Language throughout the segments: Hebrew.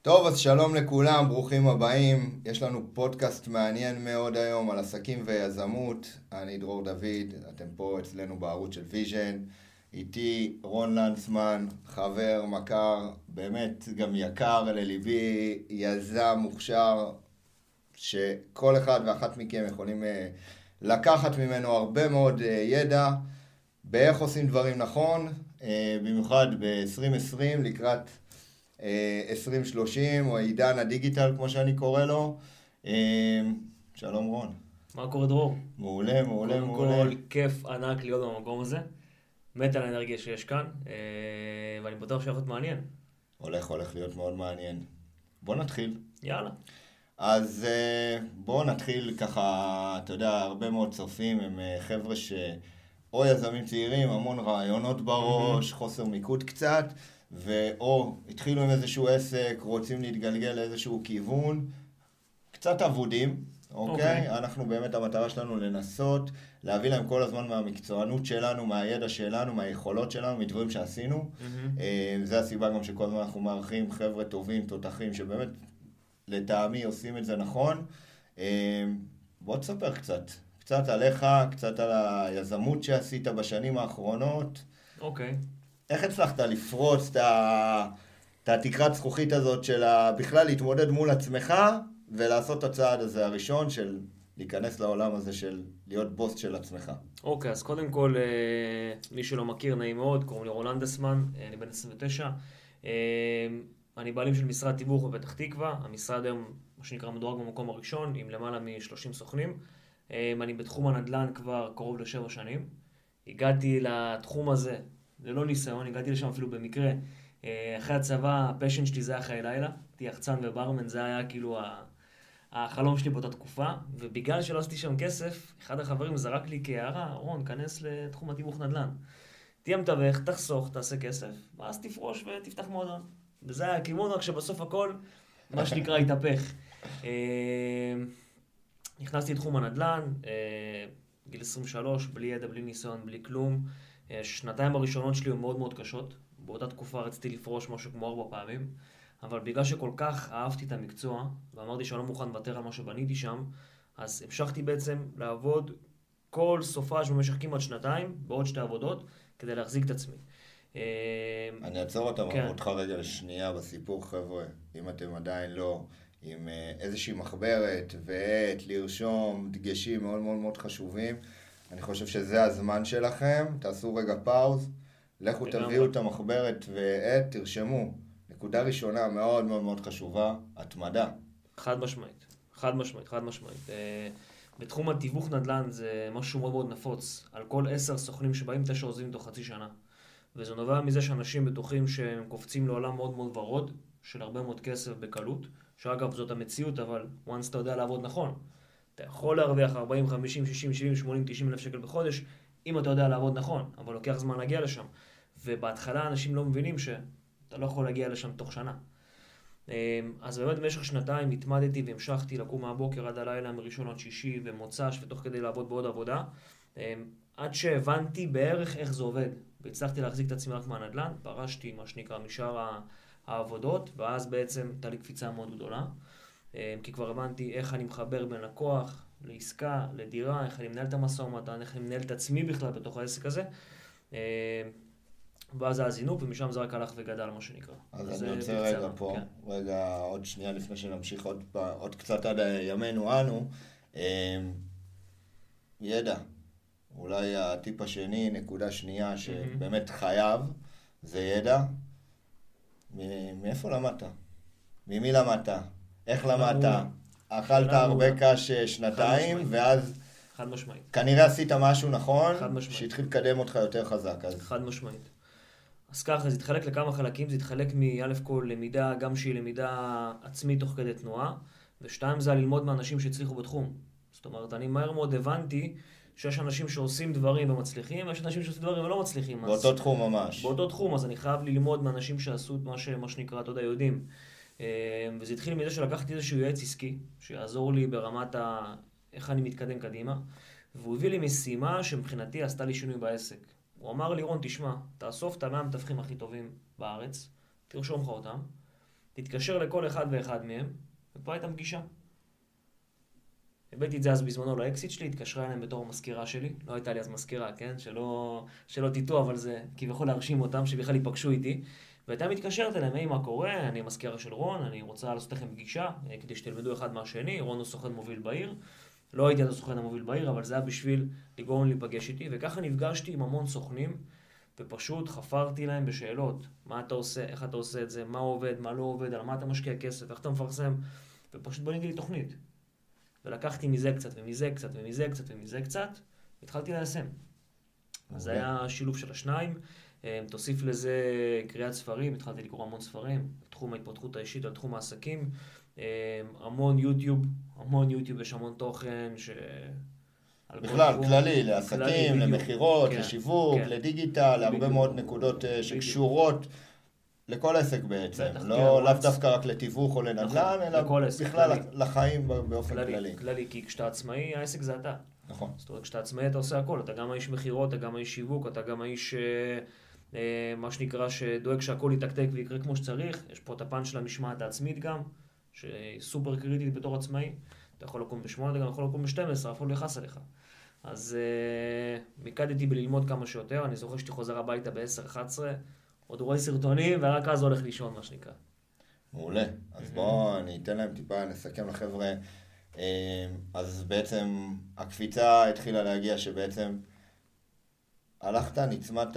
טוב, אז שלום לכולם, ברוכים הבאים. יש לנו פודקאסט מעניין מאוד היום על עסקים ויזמות. אני דרור דוד, אתם פה אצלנו בערוץ של ויז'ן. איתי רון לנצמן, חבר, מכר, באמת גם יקר לליבי, יזם מוכשר, שכל אחד ואחת מכם יכולים לקחת ממנו הרבה מאוד ידע באיך עושים דברים נכון, במיוחד ב-2020 לקראת 2030, או עידן הדיגיטל כמו שאני קורא לו. שלום רון. מה קורה דרור? מעולה, מעולה, מעולה. קודם כל, כיף ענק להיות במקום הזה. מת על האנרגיה שיש כאן, ואני בטוח שהולך להיות מעניין. הולך להיות מאוד מעניין. בוא נתחיל. יאללה. אז בוא נתחיל ככה, אתה יודע, הרבה מאוד צופים הם חבר'ה או יזמים צעירים, המון רעיונות בראש, חוסר מיקוד קצת, או התחילו עם איזשהו עסק, רוצים להתגלגל לאיזשהו כיוון, קצת עבודים, אוקיי? אנחנו באמת, המטרה שלנו לנסות, להביא להם כל הזמן מהמקצוענות שלנו, מהידע שלנו, מהיכולות שלנו, מדברים שעשינו. זה הסיבה גם שכל הזמן אנחנו מארחים חבר'ה טובים, תותחים, שבאמת לטעמי עושים את זה נכון. בוא תספר קצת עליך, קצת על היזמות שעשית בשנים האחרונות. אוקיי. איך הצלחת לפרוץ את התקרת זכוכית הזאת של בכלל להתמודד מול עצמך ולעשות את הצעד הזה הראשון של להיכנס לעולם הזה של להיות בוס של עצמך? אוקיי, אז קודם כל, מי שלא מכיר, נעים מאוד, קוראים לי רון לנדסמן, אני בן 29. אני בעלים של משרד תיווך בפתח תקווה, המשרד היום, מה שנקרא, מדורג במקום הראשון, עם למעלה מ-30 סוכנים. אני בתחום הנדל"ן כבר קרוב ל7 שנים. הגעתי לתחום הזה ללא ניסיון, הגעתי לשם אפילו במקרה. אחרי הצבא, הפשן שלי זה היה חיי לילה, הייתי יחצן וברמן, זה היה כאילו החלום שלי באותה תקופה, ובגלל שלא עשיתי שם כסף, אחד החברים זרק לי כהערה, רון, כנס לתחום התיווך נדל"ן. תהיה מתווך, תחסוך, תעשה כסף, ואז תפרוש ותפתח מועדון. וזה היה הכיוון, רק שבסוף הכל, מה שנקרא, התהפך. נכנסתי לתחום הנדל"ן, גיל 23, בלי ידע, בלי ניסיון, בלי כלום. שנתיים הראשונות שלי היו מאוד מאוד קשות. באותה תקופה רציתי לפרוש משהו כמו 4 פעמים. אבל בגלל שכל כך אהבתי את המקצוע, ואמרתי שאני לא מוכן לוותר על מה שבניתי שם, אז המשכתי בעצם לעבוד כל סופש במשך כמעט 2 בעוד 2 עבודות, כדי להחזיק את עצמי. אני אעצור אותך רגע לשנייה בסיפור, חבר'ה. אם אתם עדיין לא עם איזושהי מחברת ועט, לרשום דגשים מאוד מאוד מאוד חשובים, אני חושב שזה הזמן שלכם. תעשו רגע פאוז, לכו תביאו את המחברת ועט, תרשמו. נקודה ראשונה מאוד מאוד מאוד חשובה, התמדה. חד משמעית. בתחום התיווך נדל"ן זה משהו מאוד מאוד נפוץ. על כל 10 סוכנים שבאים 9 עוזבים תוך חצי שנה. וזה נובע מזה שאנשים בטוחים שהם קופצים לעולם מאוד מאוד ורוד, של הרבה מאוד כסף בקלות, שאגב זאת המציאות, אבל once אתה יודע לעבוד נכון, אתה יכול להרוויח 40, 50, 60, 70, 80, 90 אלף שקל בחודש, אם אתה יודע לעבוד נכון, אבל לוקח זמן להגיע לשם. ובהתחלה אנשים לא מבינים שאתה לא יכול להגיע לשם תוך שנה. אז באמת במשך 2 התמדתי והמשכתי לקום מהבוקר עד הלילה מראשון עד שישי ומוצ"ש, ותוך כדי לעבוד בעוד עבודה, עד שהבנתי בערך איך זה עובד. והצלחתי להחזיק את עצמי רק מהנדל"ן, פרשתי מה שנקרא משאר העבודות, ואז בעצם הייתה לי קפיצה מאוד גדולה, כי כבר הבנתי איך אני מחבר בין לקוח, לעסקה, לדירה, איך אני מנהל את המשא ומתן, איך אני מנהל את עצמי בכלל בתוך העסק הזה, ואז היה זינוק, ומשם זה רק הלך וגדל, מה שנקרא. אז אני רוצה רגע פה, כן. רגע עוד שנייה לפני שנמשיך עוד קצת עד ימינו אנו, ידע. אולי הטיפ השני, נקודה שנייה, שבאמת חייב, זה ידע. מאיפה למדת? ממי למדת? איך למדת? אכלת הרבה קש 2 ואז... חד משמעית. כנראה עשית משהו נכון, שהתחיל לקדם אותך יותר חזק. חד משמעית. אז ככה, זה התחלק לכמה חלקים, זה התחלק מאלף כל למידה, גם שהיא למידה עצמית תוך כדי תנועה, ו2 זה ללמוד מאנשים שהצליחו בתחום. זאת אומרת, אני מהר מאוד הבנתי שיש אנשים שעושים דברים ומצליחים, ויש אנשים שעושים דברים ולא מצליחים. באותו תחום ממש. באותו תחום, אז אני חייב ללמוד מאנשים שעשו את מה שנקרא, אתה יודע, יודעים. וזה התחיל מזה שלקחתי איזשהו יועץ עסקי, שיעזור לי ברמת איך אני מתקדם קדימה, והוא הביא לי משימה שמבחינתי עשתה לי שינוי בעסק. הוא אמר לי, רון, תשמע, תאסוף את 100 המתווכים הכי טובים בארץ, תרשום לך אותם, תתקשר לכל אחד ואחד מהם, וכבר הייתה פגישה. הבאתי את זה אז בזמנו לאקסיט שלי, התקשרה אליהם בתור המזכירה שלי, לא הייתה לי אז מזכירה, כן? שלא תיטו, אבל זה כביכול להרשים אותם, שבכלל ייפגשו איתי. והייתה מתקשרת אליהם, היי, מה קורה? אני המזכירה של רון, אני רוצה לעשות לכם פגישה, כדי שתלמדו אחד מהשני, רון הוא סוכן מוביל בעיר. לא הייתי אז הסוכן המוביל בעיר, אבל זה היה בשביל לגרום להיפגש איתי, וככה נפגשתי עם המון סוכנים, ופשוט חפרתי להם בשאלות. מה אתה עושה, איך אתה עושה את זה, מה עובד, מה לא עובד, על מה אתה משקיע כסף, איך אתה מפרסם, ופשוט בניתי לי תוכנית. ולקחתי מזה קצת, ומזה קצת, ומזה קצת, ומזה קצת, והתחלתי ליישם. אז זה היה שילוב של השניים. תוסיף לזה קריאת ספרים, התחלתי לקרוא המון ספרים, תחום ההתפתחות האישית, על תחום העסקים, המון יוטיוב, יש המון תוכן בכלל, כללי, לעסקים, למחירות, לשיווק, לדיגיטל, להרבה מאוד נקודות שקשורות לכל עסק בעצם, לאו דווקא רק לתיווך או לנדל"ן, אלא בכלל לחיים באופן כללי. כללי, כי כשאתה עצמאי, העסק זה אתה. נכון. זאת אומרת, כשאתה עצמאי אתה עושה הכל, אתה גם האיש מחירות, אתה גם האיש שיווק, אתה גם האיש, מה שנקרא, שדואג שהכל יתקתק ויקרה כמו שצריך. יש פה את הפן של המשמעת העצמית גם, שהיא סופר קריטית בתור עצמאי. אתה יכול לקום ב8, אתה גם יכול לקום ב12, אף לא יחס עליך. אז מיקדתי בללמוד כמה שיותר, אני זוכר שתי חוזר הביתה ב10-11, עוד רואה סרטונים, ורק אז הולך לישון, מה שנקרא. מעולה. אז בואו אני אתן להם טיפה, נסכם לחבר'ה. אז בעצם הקפיצה התחילה להגיע שבעצם הלכת, נצמת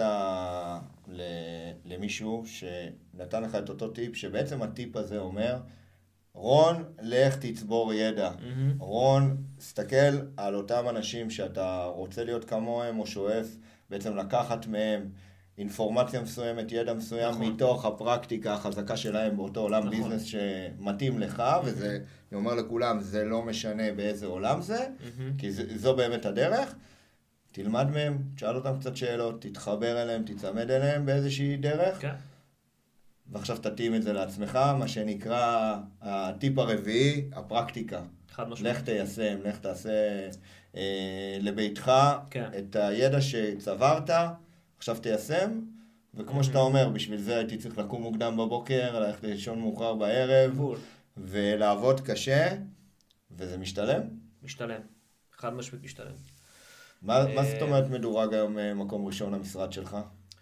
למישהו שנתן לך את אותו טיפ, שבעצם הטיפ הזה אומר, רון, לך תצבור ידע. רון, סתכל על אותם אנשים שאתה רוצה להיות כמוהם או שואף בעצם לקחת מהם אינפורמציה מסוימת, ידע מסוים, מתוך הפרקטיקה החזקה שלהם באותו עולם ביזנס שמתאים לך, וזה, אני אומר לכולם, זה לא משנה באיזה עולם זה, כי זו באמת הדרך. תלמד מהם, תשאל אותם קצת שאלות, תתחבר אליהם, תצמד אליהם באיזושהי דרך, ועכשיו תתאים את זה לעצמך, מה שנקרא הטיפ הרביעי, הפרקטיקה. לך תיישם, לך תעשה לביתך את הידע שצברת, עכשיו תיישם, וכמו שאתה אומר, בשביל זה הייתי צריך לקום מוקדם בבוקר, ללכת לישון מאוחר בערב, ולעבוד קשה, וזה משתלם? משתלם, חד משמעית משתלם. מה זאת אומרת מדורג היום מקום ראשון למשרד שלך?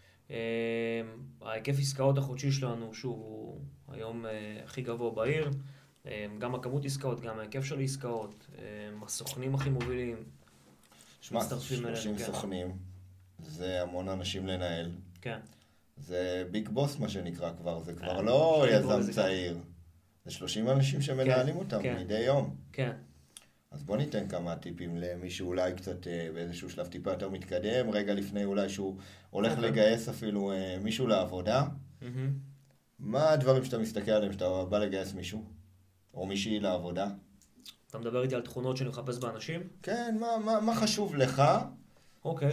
ההיקף עסקאות החודשי שלנו, שוב, הוא היום הכי גבוה בעיר, גם הכמות עסקאות, גם ההיקף של עסקאות, הסוכנים הכי מובילים. שמע, 30 סוכנים, זה המון אנשים לנהל. כן. זה ביג בוס מה שנקרא כבר, זה כבר לא יזם צעיר. זה 30 אנשים שמנהלים אותם מדי יום. כן. אז בוא ניתן כמה טיפים למישהו אולי קצת באיזשהו שלב טיפה יותר מתקדם, רגע לפני אולי שהוא הולך לגייס אפילו מישהו לעבודה. מה הדברים שאתה מסתכל עליהם שאתה בא לגייס מישהו? או מישהי לעבודה? אתה מדבר איתי על תכונות שאני מחפש באנשים? כן, מה חשוב לך? אוקיי.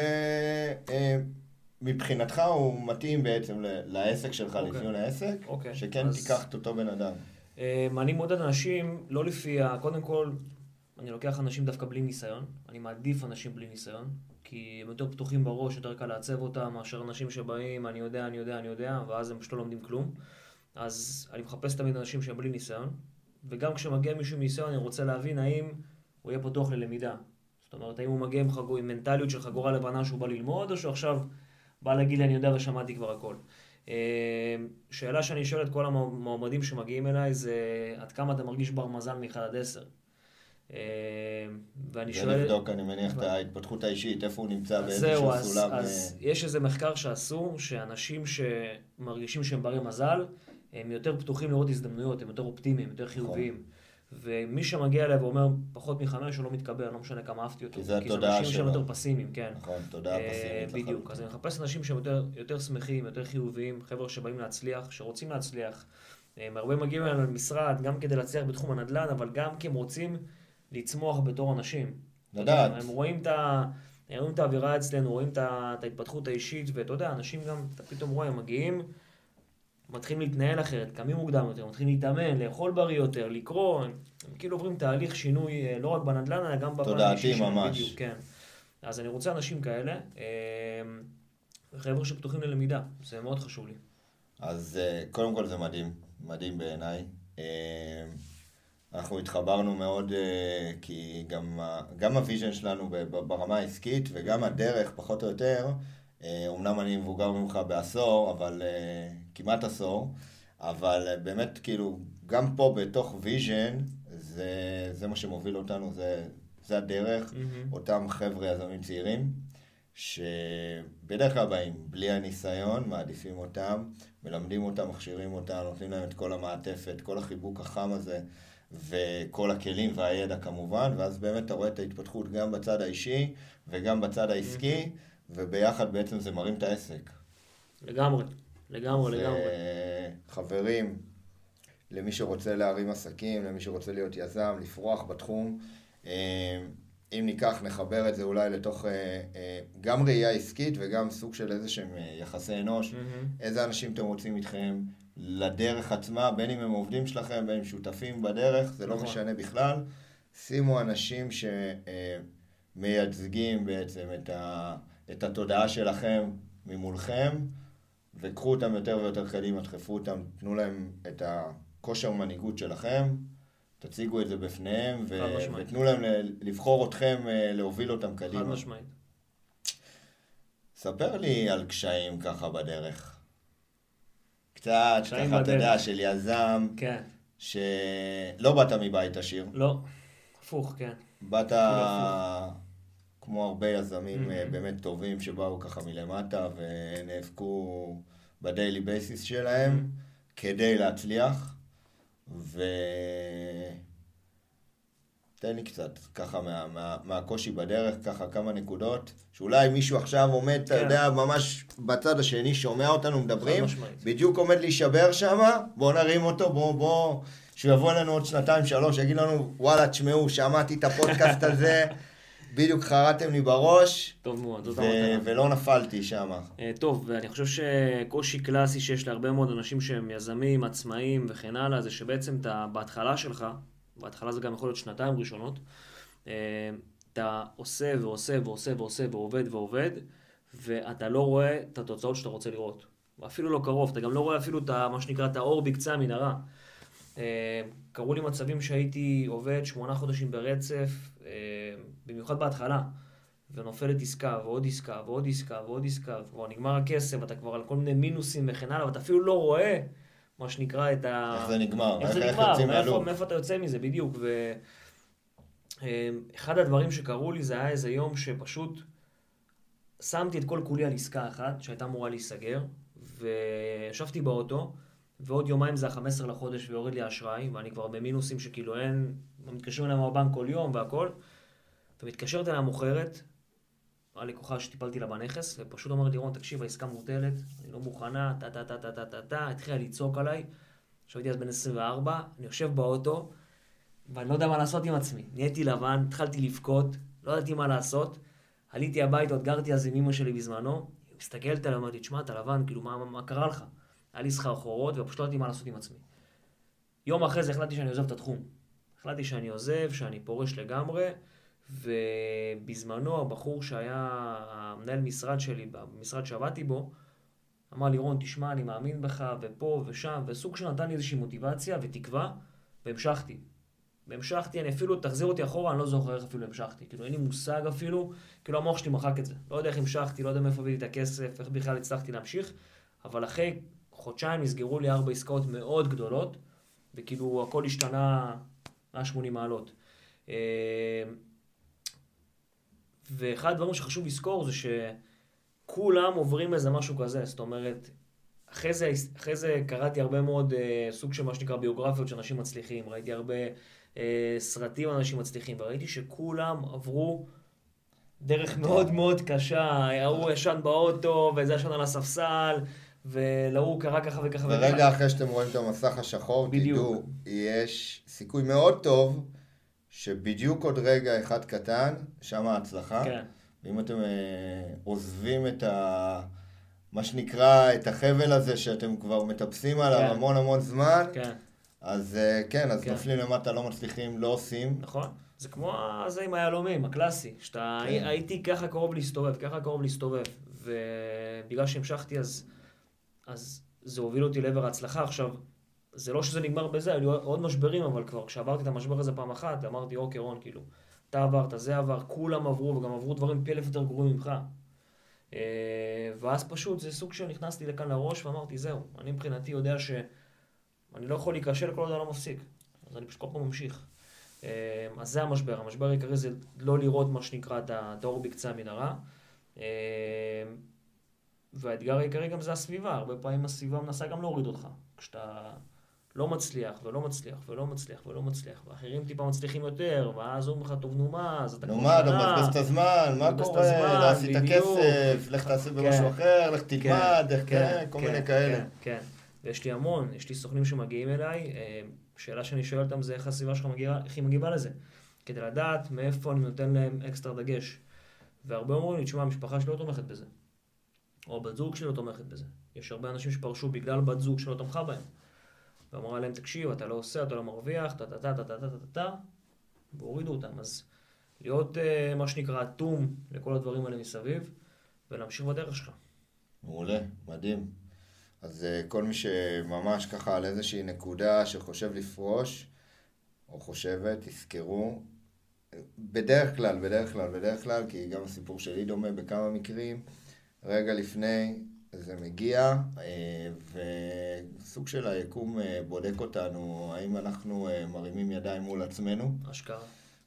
שמבחינתך הוא מתאים בעצם לעסק שלך, לפני העסק, שכן תיקח את אותו בן אדם. אני מודד אנשים, לא לפי, קודם כל, אני לוקח אנשים דווקא בלי ניסיון, אני מעדיף אנשים בלי ניסיון, כי הם יותר פתוחים בראש, יותר קל לעצב אותם, מאשר אנשים שבאים, אני יודע, ואז הם פשוט לא לומדים כלום. אז אני מחפש תמיד אנשים שהם בלי ניסיון, וגם כשמגיע מישהו מניסיון, אני רוצה להבין האם הוא יהיה פתוח ללמידה. זאת אומרת, האם הוא מגיע עם מנטליות של חגורה לבנה שהוא בא ללמוד, או שהוא עכשיו בא להגיד לי, אני יודע ושמעתי כבר הכל. שאלה שאני שואל את כל המועמדים שמגיעים אליי זה עד כמה אתה מרגיש בר מזל מ-1 עד 10. ואני שואל... ולבדוק, אני מניח, את ההתפתחות האישית, איפה הוא נמצא באיזשהו סולם. אז יש איזה מחקר שעשו, שאנשים שמרגישים שהם ברי מזל, הם יותר פתוחים לראות הזדמנויות, הם יותר אופטימיים, יותר חיוביים. ומי שמגיע אליי ואומר פחות מ5 הוא לא מתקבל, לא משנה כמה אהבתי אותו. כי זה התודעה שלו. כי זה אנשים שהם יותר פסימיים, כן. נכון, תודעה פסימית. בדיוק, אז אני מחפש אנשים שהם יותר שמחים, יותר חיוביים, חבר'ה שבאים להצליח, שרוצים להצליח. הרבה מגיעים אלינו למשרד, גם כדי להצליח בתחום הנדל"ן, אבל גם כי הם רוצים לצמוח בתור אנשים. לדעת. הם רואים את האווירה אצלנו, רואים את ההתפתחות האישית, ואתה יודע, אנשים גם, אתה פתאום רואה, הם מגיעים, מתחילים להתנהל אחרת, קמים מוקדם יותר, מתחילים להתאמן, לאכול בריא יותר, לקרוא, הם כאילו עוברים תהליך שינוי לא רק בנדל"ן, אלא גם בפן האישי שלהם. תודעתי ממש. בדיוק, כן. אז אני רוצה אנשים כאלה, וחבר'ה שפתוחים ללמידה, זה מאוד חשוב לי. אז קודם כל זה מדהים. מדהים בעיניי. אנחנו התחברנו מאוד, כי גם הוויז'ן שלנו ברמה העסקית וגם הדרך, פחות או יותר, אמנם אני מבוגר ממך בעשור, אבל כמעט עשור, אבל באמת כאילו, גם פה בתוך ויז'ן, זה מה שמוביל אותנו, זה הדרך, אותם חבר'ה יזמים צעירים, שבדרך כלל באים בלי הניסיון, מעדיפים אותם, מלמדים אותם, מכשירים אותם, נותנים להם את כל המעטפת, כל החיבוק החם הזה, וכל הכלים והידע כמובן, ואז באמת אתה רואה את ההתפתחות גם בצד האישי וגם בצד העסקי, וביחד בעצם זה מרים את העסק. לגמרי, לגמרי, לגמרי. חברים, למי שרוצה להרים עסקים, למי שרוצה להיות יזם, לפרוח בתחום, אם ניקח, נחבר את זה אולי לתוך גם ראייה עסקית וגם סוג של איזה שהם יחסי אנוש, איזה אנשים אתם רוצים איתכם לדרך עצמה, בין אם הם עובדים שלכם, בין אם שותפים בדרך, זה לא משנה בכלל. שימו אנשים שמייצגים בעצם את התודעה שלכם ממולכם, וקחו אותם יותר ויותר קדימה, דחפו אותם, תנו להם את הכושר מנהיגות שלכם, תציגו את זה בפניהם, ותנו להם לבחור אתכם, להוביל אותם קדימה. חד משמעית. ספר לי על קשיים ככה בדרך. קצת, ככה אתה יודע, של יזם, כן. שלא באת מבית עשיר. לא, הפוך, כן. באת כמו הרבה יזמים באמת טובים שבאו ככה מלמטה ונאבקו בדיילי בייסיס שלהם כדי להצליח. תן לי קצת ככה מהקושי בדרך, ככה כמה נקודות, שאולי מישהו עכשיו עומד, אתה יודע, ממש בצד השני שומע אותנו מדברים, בדיוק עומד להישבר שם, בוא נרים אותו, בוא, שהוא יבוא אלינו עוד 2-3, יגיד לנו, וואלה, תשמעו, שמעתי את הפודקאסט הזה, בדיוק חרתם לי בראש, טוב מאוד, ולא נפלתי שם. טוב, ואני חושב שקושי קלאסי שיש להרבה מאוד אנשים שהם יזמים, עצמאים וכן הלאה, זה שבעצם אתה בהתחלה שלך, בהתחלה זה גם יכול להיות 2 ראשונות, אתה עושה ועושה ועושה ועושה ועובד, ואתה לא רואה את התוצאות שאתה רוצה לראות. אפילו לא קרוב, אתה גם לא רואה אפילו את מה שנקרא את האור בקצה המנהרה. קראו לי מצבים שהייתי עובד 8 חודשים ברצף, במיוחד בהתחלה, ונופלת עסקה ועוד עסקה ועוד עסקה ועוד עסקה, וכבר נגמר הכסף, אתה כבר על כל מיני מינוסים וכן הלאה, ואתה אפילו לא רואה מה שנקרא את ה... איך זה נגמר? איך זה נגמר? מאיפה אתה יוצא מזה, בדיוק. ואחד הדברים שקראו לי זה היה איזה יום שפשוט שמתי את כל כולי על עסקה אחת שהייתה אמורה להיסגר, וישבתי באוטו, ועוד יומיים זה ה-15 לחודש ויורד לי האשראי, ואני כבר במינוסים שכאילו אין, מתקשרים אליהם מהבנק כל יום והכל, ומתקשרת אליי המוכרת, הלקוחה שטיפלתי לה בנכס, ופשוט אומרת לי, רון, תקשיב, העסקה מוטלת, אני לא מוכנה, התחילה לצעוק עליי, שהייתי אז בן 24, אני יושב באוטו, ואני לא יודע מה לעשות עם עצמי. נהייתי לבן, התחלתי לבכות, לא ידעתי מה לעשות, עליתי הביתה, עוד גרתי אז עם אמא שלי בזמנו, היא מסתכלת עליי, אמרתי, תשמע, אתה לבן, כאילו, מה קרה לך? היה לי סחרחורות, ופשוט לא ידעתי מה לעשות עם עצמי. יום אחרי זה החלטתי שאני עוזב את התחום. החלטתי שאני עוזב, שאני פורש לגמרי, ובזמנו הבחור שהיה המנהל משרד שלי, במשרד שעבדתי בו, אמר לי, רון, תשמע, אני מאמין בך, ופה ושם, וסוג שנתן לי איזושהי מוטיבציה ותקווה, והמשכתי. אני אפילו, תחזיר אותי אחורה, אני לא זוכר איך אפילו המשכתי. כאילו, אין לי מושג אפילו, כאילו המוח שלי מחק את זה. לא יודע איך המשכתי, לא יודע מאיפה הבאתי את הכסף, איך בכלל הצלחתי להמשיך, אבל אחרי חודשיים נסגרו לי 4 עסקאות מאוד גדולות, וכאילו הכל השתנה 180 מעלות. ואחד הדברים שחשוב לזכור זה שכולם עוברים איזה משהו כזה, זאת אומרת, אחרי זה קראתי הרבה מאוד סוג של מה שנקרא ביוגרפיות של אנשים מצליחים, ראיתי הרבה סרטים על אנשים מצליחים, וראיתי שכולם עברו דרך מאוד מאוד קשה, ההוא ישן באוטו, וזה ישן על הספסל, ולהוא קרה ככה וככה וככה. ורגע אחרי שאתם רואים את המסך השחור, תדעו, יש סיכוי מאוד טוב, שבדיוק עוד רגע אחד קטן, שם ההצלחה. כן. ואם אתם עוזבים את מה שנקרא, את החבל הזה שאתם כבר מטפסים עליו כן. המון זמן, כן. אז כן, אז נופלים למטה, לא מצליחים, לא עושים. נכון. זה כמו זה עם היהלומים, הקלאסי, שאתה הייתי ככה קרוב להסתובב, ובגלל שהמשכתי אז זה הוביל אותי לעבר ההצלחה. עכשיו, זה לא שזה נגמר בזה, היו עוד משברים, אבל כבר כשעברתי את המשבר הזה פעם אחת, אמרתי, אוקיי, רון, כאילו, אתה עברת, זה עבר, כולם עברו, וגם עברו דברים פי אלף יותר גרועים ממך. ואז פשוט זה סוג שנכנסתי לכאן לראש ואמרתי, זהו, אני מבחינתי יודע שאני לא יכול להיכשל כל עוד אני לא מפסיק. אז אני פשוט כל פעם ממשיך. אז זה המשבר. המשבר העיקרי זה לא לראות מה שנקרא את האור בקצה המנהרה. והאתגר העיקרי גם זה הסביבה. הרבה פעמים הסביבה מנסה גם להוריד אותך. כשאתה לא מצליח ולא מצליח ולא מצליח ולא מצליח, ואחרים טיפה מצליחים יותר, ואז אומרים לך, טוב, נו מה, אז אתה נו מה, אתה מבזבז את הזמן, מה קורה, להעשית את הכסף, לך תעשה במשהו אחר, לך תלמד, כל מיני כאלה. כן, ויש לי המון, יש לי סוכנים שמגיעים אליי, שאלה שאני שואל אותם זה איך הסביבה שלך מגיבה, איך היא מגיבה לזה, כדי לדעת מאיפה אני נותן להם אקסטרה דגש. והרבה אומרים לי, תשמע, המשפחה שלי לא תומכת בזה, או בת זוג שלי לא תומכת בזה. יש הרבה אנשים שפרשו בגלל בת זוג שלא תמכה בהם. ואמרה להם, תקשיב, אתה לא עושה, אתה לא מרוויח, והורידו אותם. אז להיות, מה שנקרא, אטום לכל הדברים האלה מסביב, ולהמשיך בדרך שלך. מעולה, מדהים. אז כל מי שממש ככה על איזושהי נקודה שחושב לפרוש, או חושבת, תזכרו, בדרך כלל, כי גם הסיפור שלי דומה בכמה מקרים, רגע לפני זה מגיע, וסוג של היקום בודק אותנו, האם אנחנו מרימים ידיים מול עצמנו. אשכרה.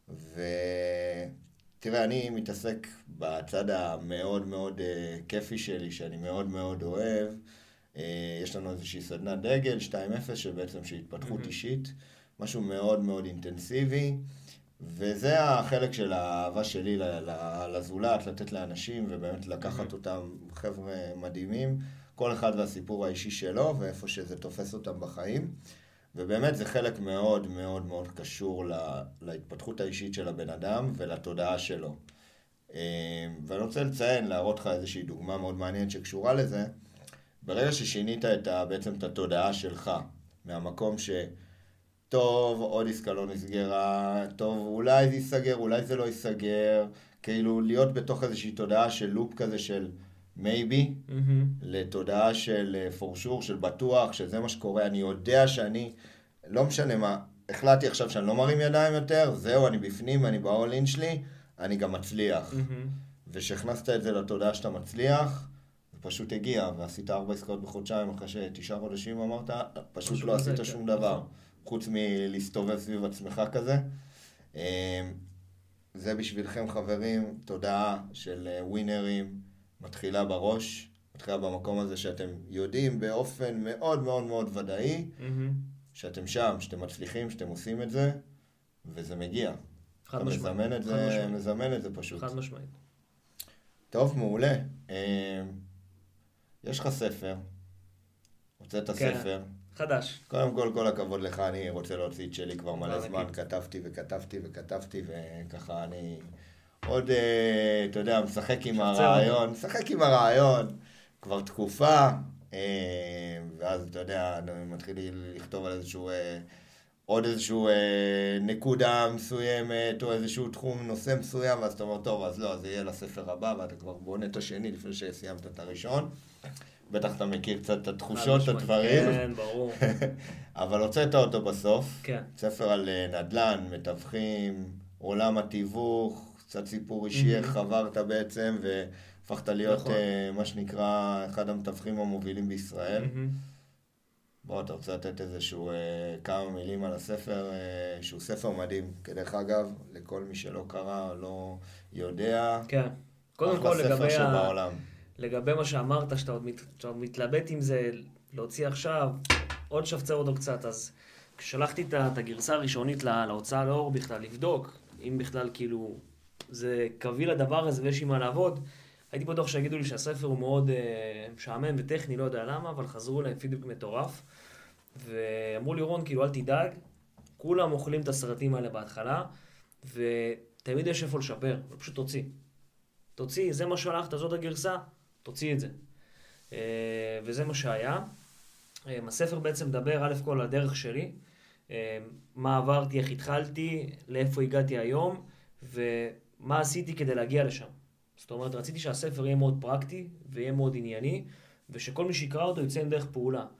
ותראה, אני מתעסק בצד המאוד מאוד כיפי שלי, שאני מאוד מאוד אוהב. יש לנו איזושהי סדנת דגל, 2.0, שבעצם שהתפתחות אישית, משהו מאוד מאוד אינטנסיבי. וזה החלק של האהבה שלי לזולת, לתת לאנשים ובאמת לקחת אותם חבר'ה מדהימים, כל אחד והסיפור האישי שלו ואיפה שזה תופס אותם בחיים. ובאמת זה חלק מאוד מאוד מאוד קשור להתפתחות האישית של הבן אדם ולתודעה שלו. ואני רוצה לציין, להראות לך איזושהי דוגמה מאוד מעניינת שקשורה לזה. ברגע ששינית בעצם את התודעה שלך, מהמקום טוב, עוד עסקה לא נסגרה, טוב, אולי זה ייסגר, אולי זה לא ייסגר, כאילו להיות בתוך איזושהי תודעה של לופ כזה של maybe, לתודעה של for sure, של בטוח, שזה מה שקורה, אני יודע שאני, לא משנה מה, החלטתי עכשיו שאני לא מרים ידיים יותר, זהו, אני בפנים, אני ב-all in שלי, אני גם מצליח. ושהכנסת את זה לתודעה שאתה מצליח, זה פשוט הגיע, ועשית 4 עסקאות בחודשיים, אחרי ש9 חודשים אמרת, פשוט לא עשית שום דבר. חוץ מלהסתובב סביב עצמך כזה. זה בשבילכם חברים, תודעה של ווינרים, מתחילה בראש, מתחילה במקום הזה שאתם יודעים באופן מאוד מאוד מאוד ודאי, שאתם שם, שאתם מצליחים, שאתם עושים את זה, וזה מגיע. חד משמעית. מזמן את זה פשוט. חד משמעית. טוב, מעולה. יש לך ספר, הוצאת ספר. חדש. קודם כל הכבוד לך, אני רוצה להוציא את שלי כבר מלא זמן, כתבתי, וככה אני עוד, אתה יודע, משחק עם הרעיון, כבר תקופה, ואז אתה יודע, אני מתחיל לכתוב על עוד איזשהו נקודה מסוימת, או איזשהו תחום, נושא מסוים, ואז אתה אומר, טוב, אז לא, אז זה יהיה לספר הבא, ואתה כבר בונה את השני לפני שסיימת את הראשון. בטח אתה מכיר קצת את התחושות, את הדברים. כן, ברור. אבל הוצאת אותו בסוף. כן. ספר על נדל"ן, מתווכים, עולם התיווך, קצת סיפור אישי, איך עברת בעצם, והפכת להיות מה שנקרא אחד המתווכים המובילים בישראל. בוא, אתה רוצה לתת איזשהו כמה מילים על הספר, שהוא ספר מדהים, כדרך אגב, לכל מי שלא קרא, לא יודע. כן. קודם כל לגבי מה שאמרת, שאתה עוד מתלבט עם זה, להוציא עכשיו, עוד שפצר אותו קצת, אז כששלחתי את הגרסה הראשונית להוצאה לאור בכלל, לבדוק, אם בכלל כאילו זה קביל לדבר הזה ויש עם מה לעבוד, הייתי בטוח שיגידו לי שהספר הוא מאוד משעמם וטכני, לא יודע למה, אבל חזרו להם פידבק מטורף, ואמרו לי, רון, כאילו, אל תדאג, כולם אוכלים את הסרטים האלה בהתחלה, ותמיד יש איפה לשפר, ופשוט תוציא, זה מה שהלכת, זאת הגרסה, תוציא את זה. וזה מה שהיה. הספר בעצם מדבר א' כל הדרך שלי, מה עברתי, איך התחלתי, לאיפה הגעתי היום, ומה עשיתי כדי להגיע לשם. זאת אומרת, רציתי שהספר יהיה מאוד פרקטי, ויהיה מאוד ענייני, ושכל מי שיקרא אותו יוצא עם דרך פעולה.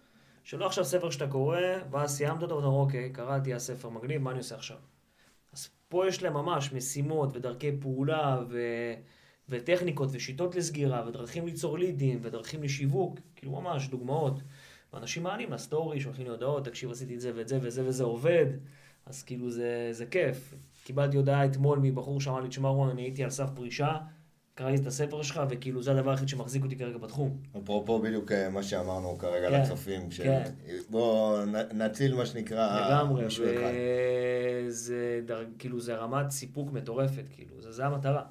שלא עכשיו ספר שאתה קורא, ואז סיימת אותו, ואתה אומר, אוקיי, קראתי הספר מגניב, מה אני עושה עכשיו? אז פה יש להם ממש משימות ודרכי פעולה וטכניקות ושיטות לסגירה ודרכים ליצור לידים ודרכים לשיווק, כאילו ממש דוגמאות. ואנשים מענים לסטורי, שולחים לי הודעות, תקשיב, עשיתי את זה ואת זה וזה וזה עובד, אז כאילו זה כיף. קיבלתי הודעה אתמול מבחור שאמר לי, תשמע רון, אני הייתי על סף פרישה, קראתי את הספר שלך, וכאילו זה הדבר היחיד שמחזיק אותי כרגע בתחום. אפרופו בדיוק מה שאמרנו כרגע כן, לצופים, כן. בואו נציל מה שנקרא לגמרי, מישהו אחד. וזה כאילו זה רמת סיפוק מטורפת, כאילו, זה המטרה.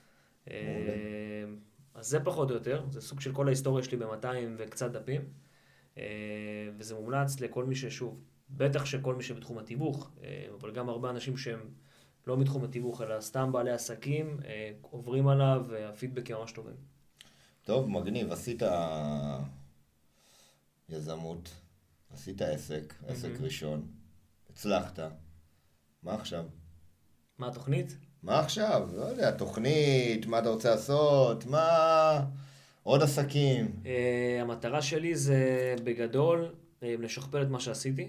אז זה פחות או יותר, זה סוג של כל ההיסטוריה שלי ב-200 וקצת דפים, וזה מומלץ לכל מי ששוב, בטח שכל מי שבתחום התיווך, אבל גם הרבה אנשים שהם לא מתחום התיווך, אלא סתם בעלי עסקים, עוברים עליו, והפידבקים ממש טובים. טוב, מגניב, עשית יזמות, עשית עסק ראשון, הצלחת, מה עכשיו? מה התוכנית? מה עכשיו? לא יודע, תוכנית, מה אתה רוצה לעשות, מה... עוד עסקים. המטרה שלי זה בגדול לשכפל את מה שעשיתי.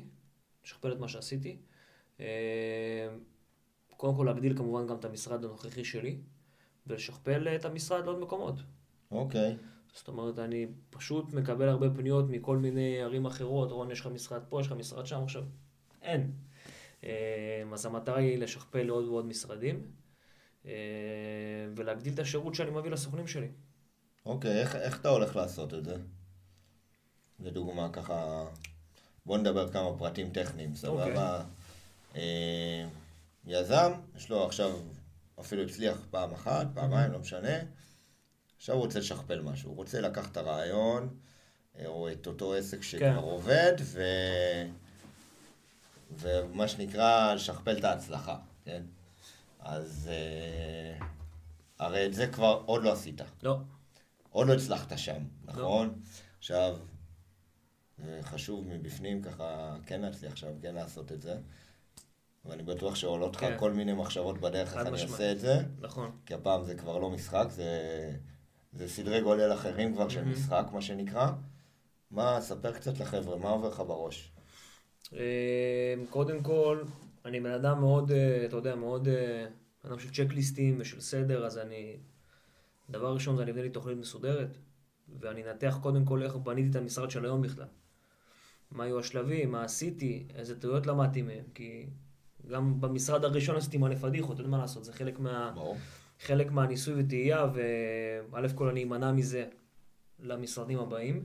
קודם כל להגדיל כמובן גם את המשרד הנוכחי שלי, ולשכפל את המשרד לעוד מקומות. אוקיי. זאת אומרת, אני פשוט מקבל הרבה פניות מכל מיני ערים אחרות, רון, יש לך משרד פה, יש לך משרד שם, עכשיו אין. אז המטרה היא לשכפל לעוד ועוד משרדים, ולהגדיל את השירות שאני מביא לסוכנים שלי. אוקיי, איך אתה הולך לעשות את זה? לדוגמה, ככה, בוא נדבר כמה פרטים טכניים, סבבה? יזם, יש לו עכשיו, אפילו הצליח פעם אחת, פעמיים, לא משנה, עכשיו הוא רוצה לשכפל משהו, הוא רוצה לקחת את הרעיון, או את אותו עסק שכבר עובד, ומה שנקרא, לשכפל את ההצלחה, כן? אז הרי את זה כבר עוד לא עשית. לא. עוד לא הצלחת שם, נכון? עכשיו, חשוב מבפנים ככה כן להצליח שם, כן לעשות את זה. ואני בטוח שעולות לך כל מיני מחשבות בדרך איך אני עושה את זה. נכון. כי הפעם זה כבר לא משחק, זה סדרי גודל אחרים כבר של משחק, מה שנקרא. מה, ספר קצת לחבר'ה, מה עובר לך בראש? קודם כל, אני בן אדם מאוד, אתה יודע, מאוד אדם של צ'קליסטים ושל סדר, אז דבר ראשון זה אני אבנה לי תוכנית מסודרת, ואני אנתח קודם כל איך בניתי את המשרד של היום בכלל. מה היו השלבים, מה עשיתי, איזה טעויות למדתי מהם, כי גם במשרד הראשון עשיתי מלא פדיחות, אין מה לעשות, זה חלק מהניסוי וטעייה, וא' כל אני אמנע מזה למשרדים הבאים.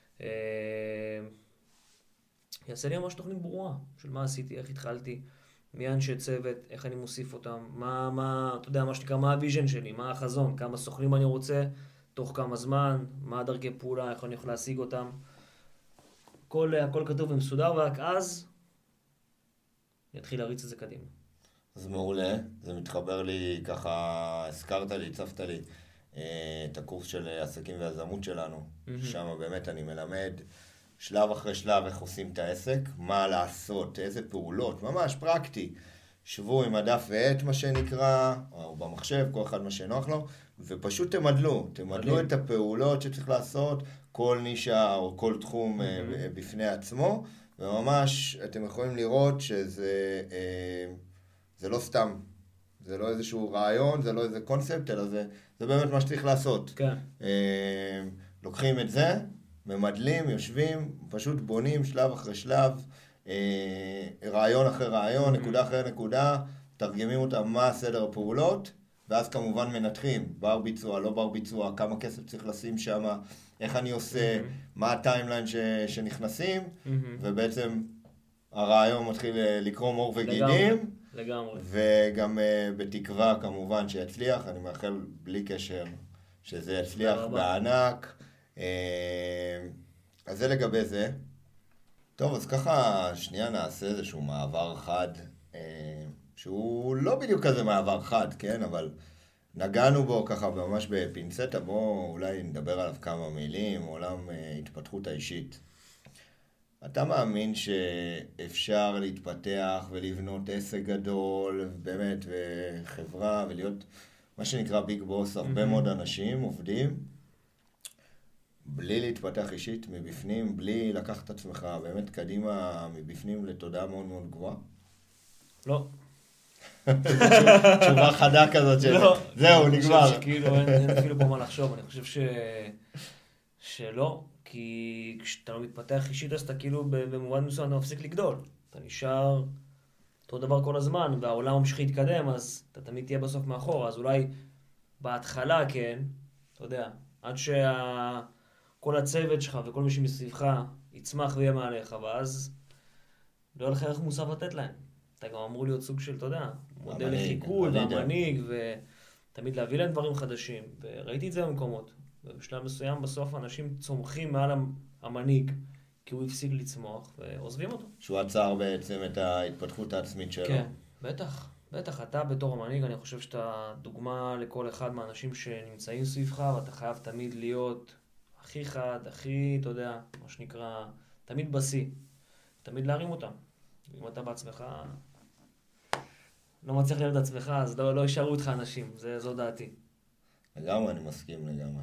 יעשה לי ממש תוכנית ברורה של מה עשיתי, איך התחלתי, מי אנשי צוות, איך אני מוסיף אותם, אתה יודע, מה שנקרא, מה הוויז'ן שלי, מה החזון, כמה סוכנים אני רוצה, תוך כמה זמן, מה הדרכי פעולה, איך אני יכול להשיג אותם. הכל כתוב ומסודר, ורק אז אני אתחיל להריץ את זה קדימה. אז מעולה, זה מתחבר לי ככה, הזכרת לי, הצפת לי את הקורס של עסקים ויזמות שלנו, שם באמת אני מלמד שלב אחרי שלב איך עושים את העסק, מה לעשות, איזה פעולות, ממש פרקטי. שבו עם הדף ועט מה שנקרא, או במחשב, כל אחד מה שנוח לו, ופשוט תמדלו את הפעולות שצריך לעשות, כל נישה או כל תחום בפני עצמו, וממש אתם יכולים לראות שזה לא סתם, זה לא איזשהו רעיון, זה לא איזה קונספט, אלא זה באמת מה שצריך לעשות. כן. לוקחים את זה, ממדלים, יושבים, פשוט בונים שלב אחרי שלב, רעיון אחרי רעיון, נקודה אחרי נקודה, תרגמים אותם מה הסדר הפעולות, ואז כמובן מנתחים, בר ביצוע, לא בר ביצוע, כמה כסף צריך לשים שם, איך אני עושה, מה הטיימליין שנכנסים, ובעצם הרעיון מתחיל לקרום עור וגידים, לגמרי. וגם בתקווה כמובן שיצליח, אני מאחל בלי קשר שזה יצליח בענק. אז זה לגבי זה. טוב, אז ככה שנייה נעשה איזשהו מעבר חד, שהוא לא בדיוק כזה מעבר חד, כן? אבל נגענו בו ככה ממש בפינצטה, בואו אולי נדבר עליו כמה מילים, עולם התפתחות האישית. אתה מאמין שאפשר להתפתח ולבנות עסק גדול, באמת, וחברה, ולהיות מה שנקרא ביג בוס, הרבה מאוד אנשים עובדים, בלי להתפתח אישית מבפנים, בלי לקחת את עצמך באמת קדימה מבפנים לתודעה מאוד מאוד גבוהה? לא. תשובה חדה כזאת זהו, נגמר. אני חושב שכאילו אין אפילו פה מה לחשוב, אני חושב שלא, כי כשאתה לא מתפתח אישית אז אתה כאילו במובן מסוים אתה מפסיק לגדול. אתה נשאר אותו דבר כל הזמן, והעולם ממשיך להתקדם, אז אתה תמיד תהיה בסוף מאחור, אז אולי בהתחלה כן, אתה יודע, עד כל הצוות שלך וכל מי שמסביבך יצמח ויהיה מעליך, ואז לא יהיה לך ערך מוסף לתת להם. אתה גם אמור להיות סוג של, אתה יודע, מודל לחיקוי והמנהיג, ותמיד להביא להם דברים חדשים. וראיתי את זה במקומות. ובשלב מסוים בסוף אנשים צומחים מעל המנהיג, כי הוא הפסיק לצמוח, ועוזבים אותו. שהוא עצר בעצם את ההתפתחות העצמית שלו. כן, בטח. בטח, אתה בתור המנהיג, אני חושב שאתה דוגמה לכל אחד מהאנשים שנמצאים סביבך, ואתה חייב תמיד להיות הכי חד, הכי, אתה יודע, מה שנקרא, תמיד בשיא. תמיד להרים אותם. אם אתה בעצמך לא מצליח להיות עצמך, אז לא יישארו איתך אנשים, זו דעתי. לגמרי, אני מסכים לגמרי.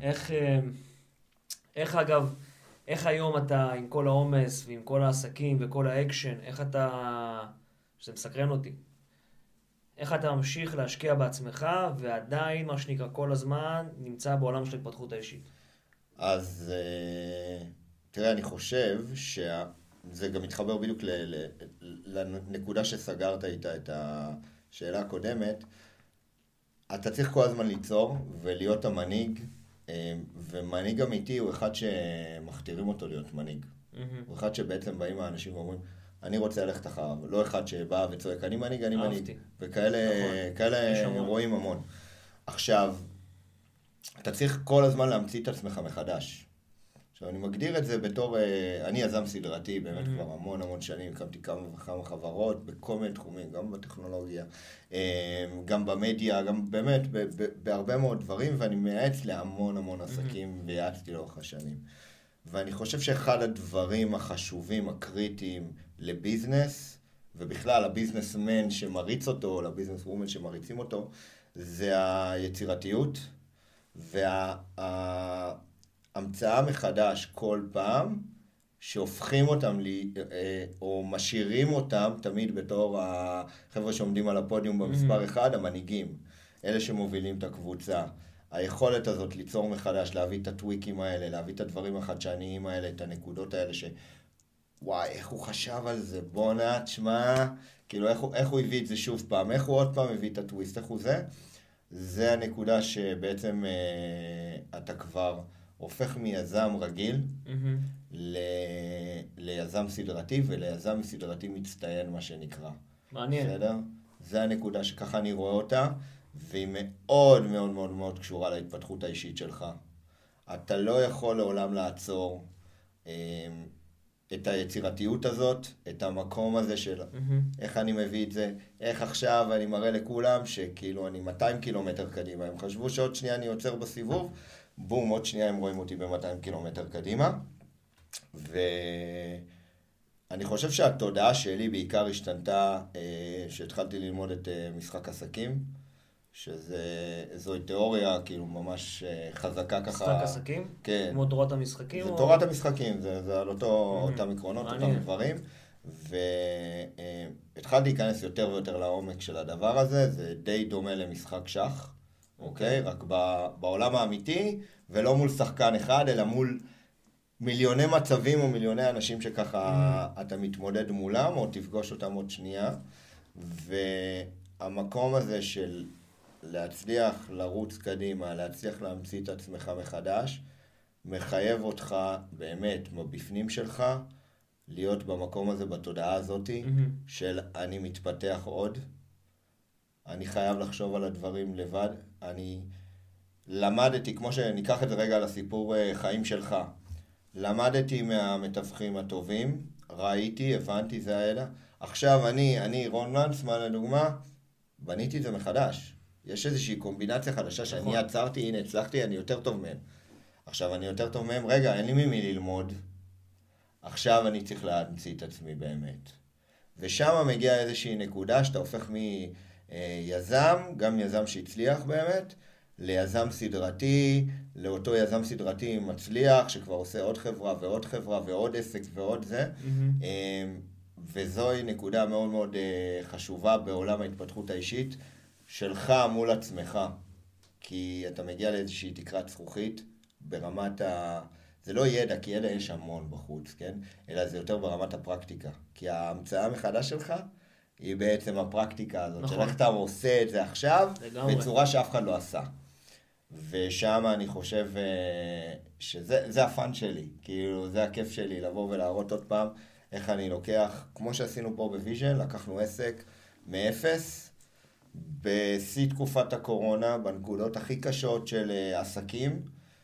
איך היום אתה, עם כל העומס ועם כל העסקים וכל האקשן, איך אתה, שזה מסקרן אותי, איך אתה ממשיך להשקיע בעצמך ועדיין, מה שנקרא, כל הזמן נמצא בעולם של התפתחות האישית? אז תראה, אני חושב שזה גם מתחבר בדיוק לנקודה שסגרת איתה את השאלה הקודמת. אתה צריך כל הזמן ליצור ולהיות המנהיג, ומנהיג אמיתי הוא אחד שמכתירים אותו להיות מנהיג. הוא אחד שבעצם באים האנשים ואומרים, אני רוצה ללכת אחריו, לא אחד שבא וצועק, אני מנהיג, אני מנהיג. וכאלה רואים המון. עכשיו, אתה צריך כל הזמן להמציא את עצמך מחדש. עכשיו, אני מגדיר את זה בתור, אני יזם סדרתי, באמת כבר המון שנים, הקמתי כמה וכמה חברות בכל מיני תחומים, גם בטכנולוגיה, גם במדיה, גם באמת בהרבה מאוד דברים, ואני מייעץ להמון עסקים, ויעצתי לאורך השנים. ואני חושב שאחד הדברים החשובים, הקריטיים לביזנס, ובכלל הביזנסמן שמריץ אותו, לביזנס וומן שמריצים אותו, זה היצירתיות, המצאה מחדש כל פעם, שהופכים אותם, או משאירים אותם תמיד בתור החבר'ה שעומדים על הפודיום במספר אחד, המנהיגים, אלה שמובילים את הקבוצה. היכולת הזאת ליצור מחדש, להביא את הטוויקים האלה, להביא את הדברים החדשניים האלה, את הנקודות האלה וואי, איך הוא חשב על זה, בונה, תשמע, כאילו איך הוא הביא את זה שוב פעם, איך הוא עוד פעם הביא את הטוויסט, איך הוא זה הנקודה שבעצם אתה כבר הופך מיזם רגיל ליזם סדרתי, וליזם סדרתי מצטיין, מה שנקרא. מעניין. בסדר? זה הנקודה שככה אני רואה אותה, והיא מאוד קשורה להתפתחות האישית שלך. אתה לא יכול לעולם לעצור את היצירתיות הזאת, את המקום הזה של איך אני מביא את זה, איך עכשיו אני מראה לכולם שכאילו אני 200 קילומטר קדימה. הם חשבו שעוד שנייה אני עוצר בסיבוב, בום, עוד שנייה הם רואים אותי ב-200 קילומטר קדימה. ואני חושב שהתודעה שלי בעיקר השתנתה שהתחלתי ללמוד את משחק עסקים, שזוהי תיאוריה כאילו ממש חזקה ככה. משחק עסקים? כן. כמו תורת המשחקים? זה תורת המשחקים, זה על אותם עקרונות, אותם דברים. והתחלתי להיכנס יותר ויותר לעומק של הדבר הזה, זה די דומה למשחק שח, אוקיי? רק בעולם האמיתי, ולא מול שחקן אחד, אלא מול מיליוני מצבים או מיליוני אנשים שככה אתה מתמודד מולם, או תפגוש אותם עוד שנייה. והמקום הזה של להצליח לרוץ קדימה, להצליח להמציא את עצמך מחדש, מחייב אותך באמת בפנים שלך, להיות במקום הזה, בתודעה הזאת, של אני מתפתח עוד, אני חייב לחשוב על הדברים לבד, אני למדתי, כמו שניקח את זה רגע לסיפור חיים שלך, למדתי מהמתווכים הטובים, ראיתי, הבנתי, זה הידע, עכשיו אני רון לנצמן לדוגמה, בניתי את זה מחדש. יש איזושהי קומבינציה חדשה שאני עצרתי, הנה הצלחתי, אני יותר טוב מהם. עכשיו אני יותר טוב מהם, רגע, אין לי ממי ללמוד, עכשיו אני צריך להמציא את עצמי באמת. ושם מגיעה איזושהי נקודה שאתה הופך מיזם, גם יזם שהצליח באמת, ליזם סדרתי, לאותו יזם סדרתי מצליח, שכבר עושה עוד חברה ועוד חברה ועוד עסק ועוד זה. וזוהי נקודה מאוד מאוד חשובה בעולם ההתפתחות האישית שלך מול עצמך. כי אתה מגיע לאיזושהי תקרת זכוכית ברמת זה לא ידע, כי ידע יש המון בחוץ, כן? אלא זה יותר ברמת הפרקטיקה. כי ההמצאה מחדש שלך היא בעצם הפרקטיקה הזאת. נכון. של איך אתה עושה את זה עכשיו, בצורה שאף אחד לא עשה. ושם אני חושב שזה הפן שלי. כאילו, זה הכיף שלי לבוא ולהראות עוד פעם איך אני לוקח, כמו שעשינו פה בוויז'ן, לקחנו עסק מאפס, בשיא תקופת הקורונה, בנקודות הכי קשות של עסקים,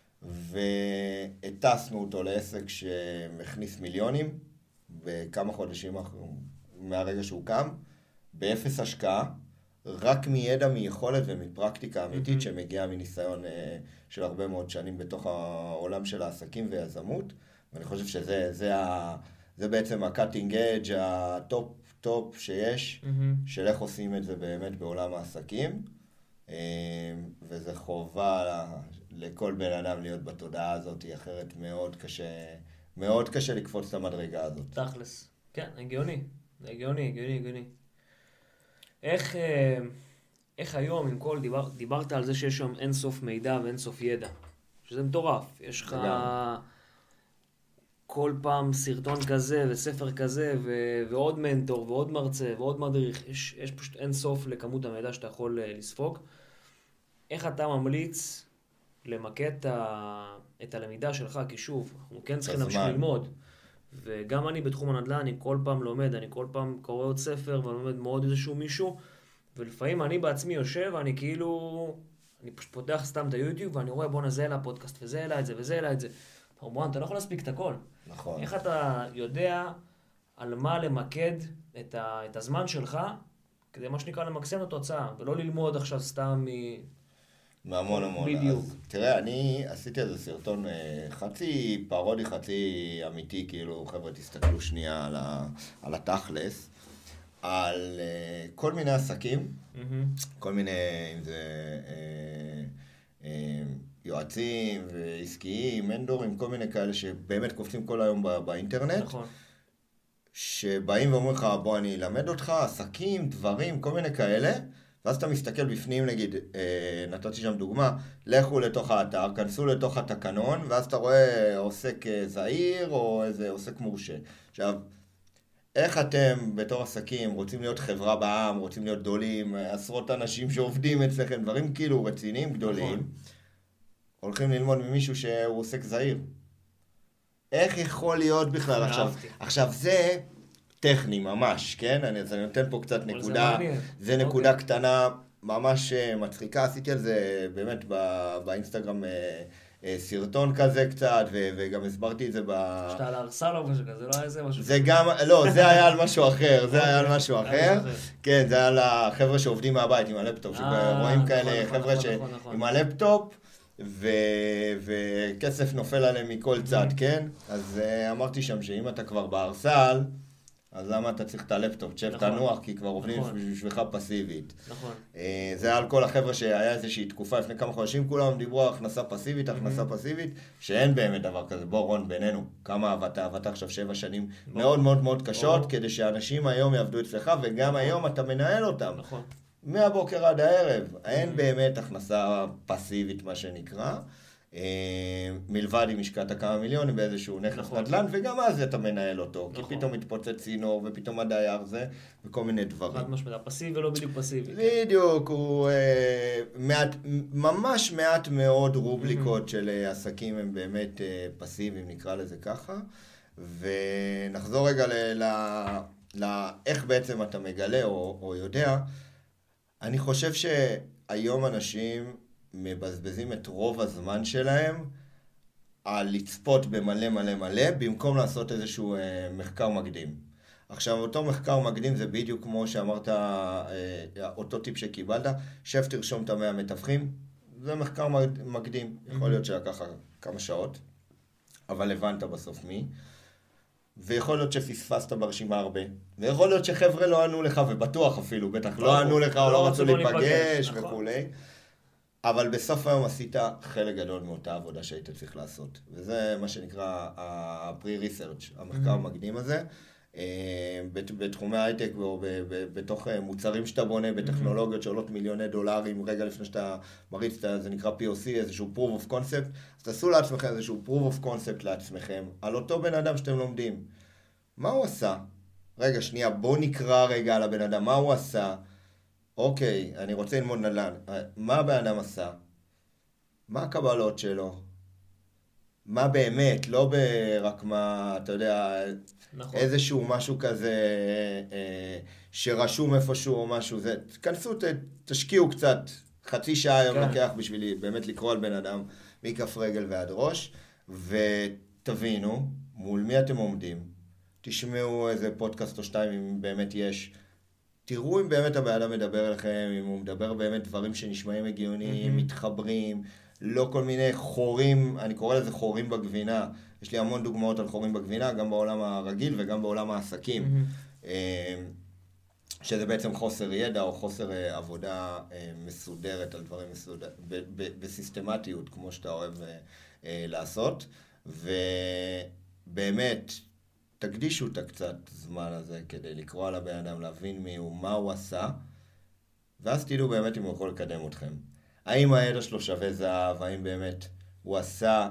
והטסנו אותו לעסק שמכניס מיליונים, בכמה חודשים מהרגע שהוא קם, באפס השקעה, רק מידע, מיכולת ומפרקטיקה אמיתית שמגיעה מניסיון של הרבה מאוד שנים בתוך העולם של העסקים ויזמות, ואני חושב זה בעצם ה-cutting edge, הטופ שיש, של איך עושים את זה באמת בעולם העסקים, וזה חובה לכל בן אדם להיות בתודעה הזאת, אחרת מאוד קשה לקפוץ את המדרגה הזאת. תכלס. כן, הגיוני. איך היום, עם כל, דיברת על זה שיש שם אינסוף מידע ואינסוף ידע, שזה מטורף. יש לך כל פעם סרטון כזה וספר כזה ועוד מנטור ועוד מרצה ועוד מדריך. יש פשוט אינסוף לכמות המידע שאתה יכול לספוג. איך אתה ממליץ למקד את הלמידה שלך? כי שוב, אנחנו כן צריכים להמשיך ללמוד. וגם אני בתחום הנדל"ן, אני כל פעם לומד, אני כל פעם קורא עוד ספר ולומד מאוד איזשהו מישהו, ולפעמים אני בעצמי יושב, אני פשוט פותח סתם את היוטיוב, ואני רואה, בוא נזה אלה הפודקאסט, וזה אלה את זה, וזה אלה את זה. בואן, אתה לא יכול להספיק את הכל. נכון. איך אתה יודע על מה למקד את הזמן שלך, כדי מה שנקרא למקסם את התוצאה, ולא ללמוד עכשיו סתם מהמון. בדיוק. אז, תראה, אני עשיתי איזה סרטון חצי פרודי, חצי אמיתי, כאילו, חבר'ה, תסתכלו שנייה על התכלס, על כל מיני עסקים, כל מיני, אם זה יועצים ועסקיים, מנדורים, כל מיני כאלה שבאמת קופצים כל היום באינטרנט, נכון. שבאים ואומרים לך, בוא אני אלמד אותך, עסקים, דברים, כל מיני כאלה, ואז אתה מסתכל בפנים, נגיד, נתתי שם דוגמה, לכו לתוך האתר, כנסו לתוך התקנון, ואז אתה רואה עוסק זעיר או איזה עוסק מורשה. עכשיו, איך אתם בתור עסקים רוצים להיות חברה בעם, רוצים להיות גדולים, עשרות אנשים שעובדים אצלכם, דברים כאילו רציניים, גדולים, הולכים ללמוד ממישהו שהוא עוסק זעיר. איך יכול להיות בכלל? עכשיו זה טכני ממש, כן? אז אני נותן פה קצת נקודה, זה נקודה קטנה ממש מצחיקה, עשיתי על זה באמת באינסטגרם סרטון כזה קצת, וגם הסברתי את זה שאתה על הרסל או משהו כזה, לא היה זה משהו? זה גם, לא, זה היה על משהו אחר, כן, זה היה על החבר'ה שעובדים מהבית עם הלפטופ, שרואים כאלה חבר'ה עם הלפטופ, וכסף נופל עליהם מכל צד, כן? אז אמרתי שם שאם אתה כבר בהרסל, אז למה אתה צריך את הלפטופ? תשב תנוח, כי כבר עובדים בשבילך פסיבית. נכון. זה היה על כל החבר'ה שהיה איזושהי תקופה לפני כמה חודשים, כולם דיברו על הכנסה פסיבית, שאין באמת דבר כזה. בוא רון, בינינו, כמה עבדת עכשיו 7 שנים מאוד מאוד מאוד קשות, כדי שאנשים היום יעבדו אצלך, וגם היום אתה מנהל אותם. נכון. מהבוקר עד הערב. אין באמת הכנסה פסיבית, מה שנקרא. מלבד אם השקעת כמה מיליונים באיזשהו נכס נדל"ן, וגם אז אתה מנהל אותו, כי פתאום מתפוצץ צינור, ופתאום הדייר זה, וכל מיני דברים. חד משמעית, פסיבי ולא בדיוק פסיבי. בדיוק, הוא ממש מעט מאוד רובליקות של עסקים הם באמת פסיביים, נקרא לזה ככה, ונחזור רגע לאיך בעצם אתה מגלה או יודע. אני חושב שהיום אנשים מבזבזים את רוב הזמן שלהם על לצפות במלא מלא מלא, במקום לעשות איזשהו מחקר מקדים. עכשיו, אותו מחקר מקדים זה בדיוק כמו שאמרת, אותו טיפ שקיבלת, שב תרשום את 100 מתווכים, זה מחקר מקדים. יכול להיות שלקח כמה שעות, אבל הבנת בסוף מי. ויכול להיות שפספסת ברשימה הרבה, ויכול להיות שחבר'ה לא ענו לך, ובטוח אפילו, בטח לא ענו לך או לא רצו להיפגש וכו'. אבל בסוף היום עשית חלק גדול מאותה עבודה שהיית צריך לעשות. וזה מה שנקרא ה-pre-research, המחקר המקדים הזה. בתחומי הייטק או בתוך מוצרים שאתה בונה, בטכנולוגיות שעולות מיליוני דולרים, רגע לפני שאתה מריץ, זה נקרא POC, איזשהו proof of concept, אז תעשו לעצמכם איזשהו proof of concept לעצמכם, על אותו בן אדם שאתם לומדים. מה הוא עשה? רגע, שנייה, בואו נקרא רגע על הבן אדם, מה הוא עשה? אוקיי, אני רוצה ללמוד נדל"ן. מה הבן אדם עשה? מה הקבלות שלו? מה באמת? לא רק מה, אתה יודע, נכון. איזשהו משהו כזה שרשום איפשהו או משהו. זה, תכנסו, תשקיעו קצת, חצי שעה היום לוקח בשבילי באמת לקרוא על בן אדם מכף רגל ועד ראש, ותבינו מול מי אתם עומדים. תשמעו איזה פודקאסט או שתיים אם באמת יש. תראו אם באמת הבן אדם מדבר אליכם, אם הוא מדבר באמת דברים שנשמעים הגיוניים, מתחברים, לא כל מיני חורים, אני קורא לזה חורים בגבינה. יש לי המון דוגמאות על חורים בגבינה, גם בעולם הרגיל וגם בעולם העסקים. שזה בעצם חוסר ידע או חוסר עבודה מסודרת על דברים מסודרת, בסיסטמטיות, כמו שאתה אוהב לעשות. ובאמת, תקדישו את הקצת זמן הזה כדי לקרוא על הבן אדם, להבין מי הוא, מה הוא עשה, ואז תדעו באמת אם הוא יכול לקדם אתכם. האם הידע שלו שווה זהב, האם באמת הוא עשה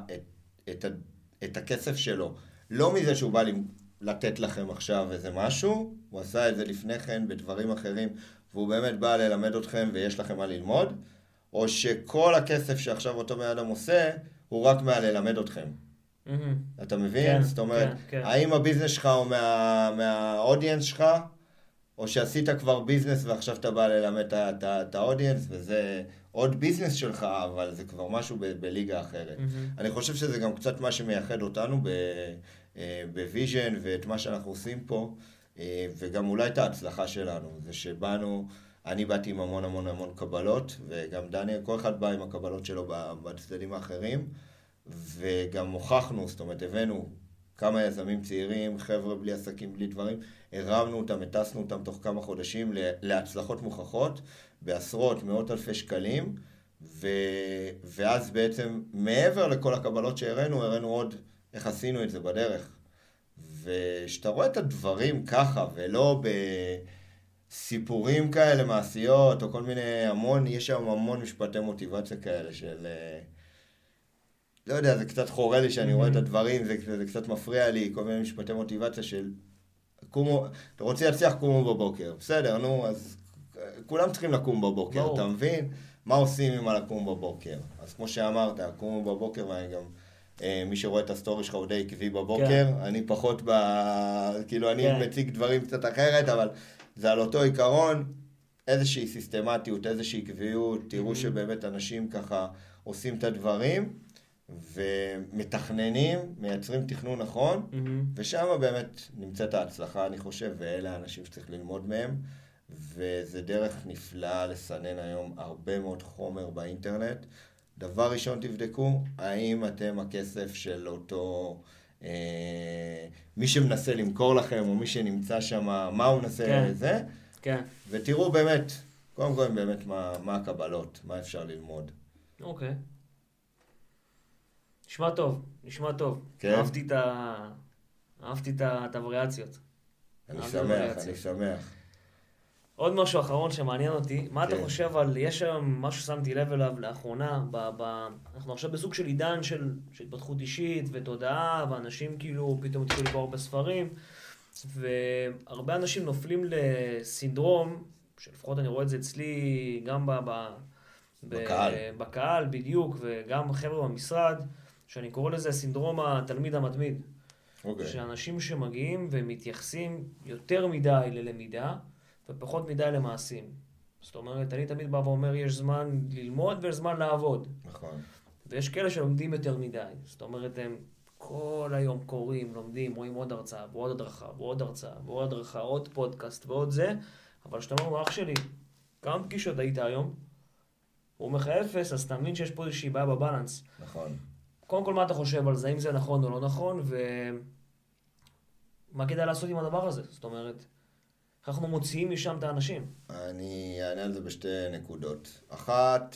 את הכסף שלו, לא מזה שהוא בא לתת לכם עכשיו איזה משהו, הוא עשה את זה לפני כן בדברים אחרים, והוא באמת בא ללמד אתכם ויש לכם מה ללמוד, או שכל הכסף שעכשיו אותו בן אדם עושה, הוא רק מה ללמד אתכם. אתה מבין? זאת אומרת, האם הביזנס שלך הוא מהאודיאנס שלך, או שעשית כבר ביזנס ועכשיו אתה בא ללמד את האודיאנס, וזה עוד ביזנס שלך, אבל זה כבר משהו בליגה אחרת. אני חושב שזה גם קצת מה שמייחד אותנו בוויז'ן, ואת מה שאנחנו עושים פה, וגם אולי את ההצלחה שלנו, זה שבאנו, אני באתי עם המון המון המון קבלות, וגם דניאל, כל אחד בא עם הקבלות שלו בצדדים האחרים, וגם הוכחנו, זאת אומרת, הבאנו כמה יזמים צעירים, חבר'ה בלי עסקים, בלי דברים, הרמנו אותם, הטסנו אותם תוך כמה חודשים להצלחות מוכחות, בעשרות, מאות אלפי שקלים, ואז בעצם מעבר לכל הקבלות שהראינו, הראינו עוד איך עשינו את זה בדרך. ושאתה רואה את הדברים ככה, ולא בסיפורים כאלה מעשיות, או כל מיני המון, יש שם המון משפטי מוטיבציה כאלה של... לא יודע, זה קצת חורה לי שאני רואה את הדברים, זה קצת מפריע לי, כל מיני משפטי מוטיבציה של... אתה רוצה להצליח, קומו בבוקר. בסדר, נו, אז כולם צריכים לקום בבוקר, אתה מבין? מה עושים עם לקום בבוקר? אז כמו שאמרת, קומו בבוקר, ואני גם... מי שרואה את הסטורי שלך הוא די עקבי בבוקר, אני פחות כאילו אני מציג דברים קצת אחרת, אבל זה על אותו עיקרון, איזושהי סיסטמטיות, איזושהי עקביות, תראו שבאמת אנשים ככה עושים את הדברים, ומתכננים, מייצרים תכנון נכון, ושם באמת נמצאת ההצלחה, אני חושב, ואלה האנשים שצריך ללמוד מהם, וזה דרך נפלאה לסנן היום הרבה מאוד חומר באינטרנט. דבר ראשון תבדקו, האם אתם הכסף של אותו, מי שמנסה למכור לכם, או מי שנמצא שם, מה הוא מנסה לזה, ותראו באמת, קודם כל באמת מה הקבלות, מה אפשר ללמוד. אוקיי. נשמע טוב, נשמע טוב. אהבתי את הווריאציות. אני שמח. עוד משהו אחרון שמעניין אותי, מה אתה חושב על, יש שם משהו ששמתי לב אליו לאחרונה, אנחנו עכשיו בסוג של עידן של התפתחות אישית ותודעה, ואנשים כאילו פתאום התחילו לקרוא הרבה ספרים, והרבה אנשים נופלים לסינדרום, שלפחות אני רואה את זה אצלי גם בקהל בדיוק, וגם חבר'ה במשרד, שאני קורא לזה סינדרום התלמיד המתמיד. שאנשים שמגיעים ומתייחסים יותר מדי ללמידה, ופחות מדי למעשים. זאת אומרת, אני תמיד בא ואומר, יש זמן ללמוד ויש זמן לעבוד. נכון. ויש כאלה שלומדים יותר מדי. זאת אומרת, הם כל היום קוראים, לומדים, רואים עוד הרצאה, ועוד הדרכה, ועוד הרצאה, ועוד הדרכה, עוד פודקאסט, ועוד זה. אבל כשאתה אומר, אח שלי, כמה פגישות היית היום? הוא אומר לך 0, אז אתה מבין שיש פה איזושהי בעיה בבלנס. נכון. קודם כל, מה אתה חושב על זה, אם זה נכון או לא נכון, ומה כדאי לעשות עם הדבר הזה? זאת אומרת, איך אנחנו מוציאים משם את האנשים? אני אענה על זה בשתי נקודות. אחת,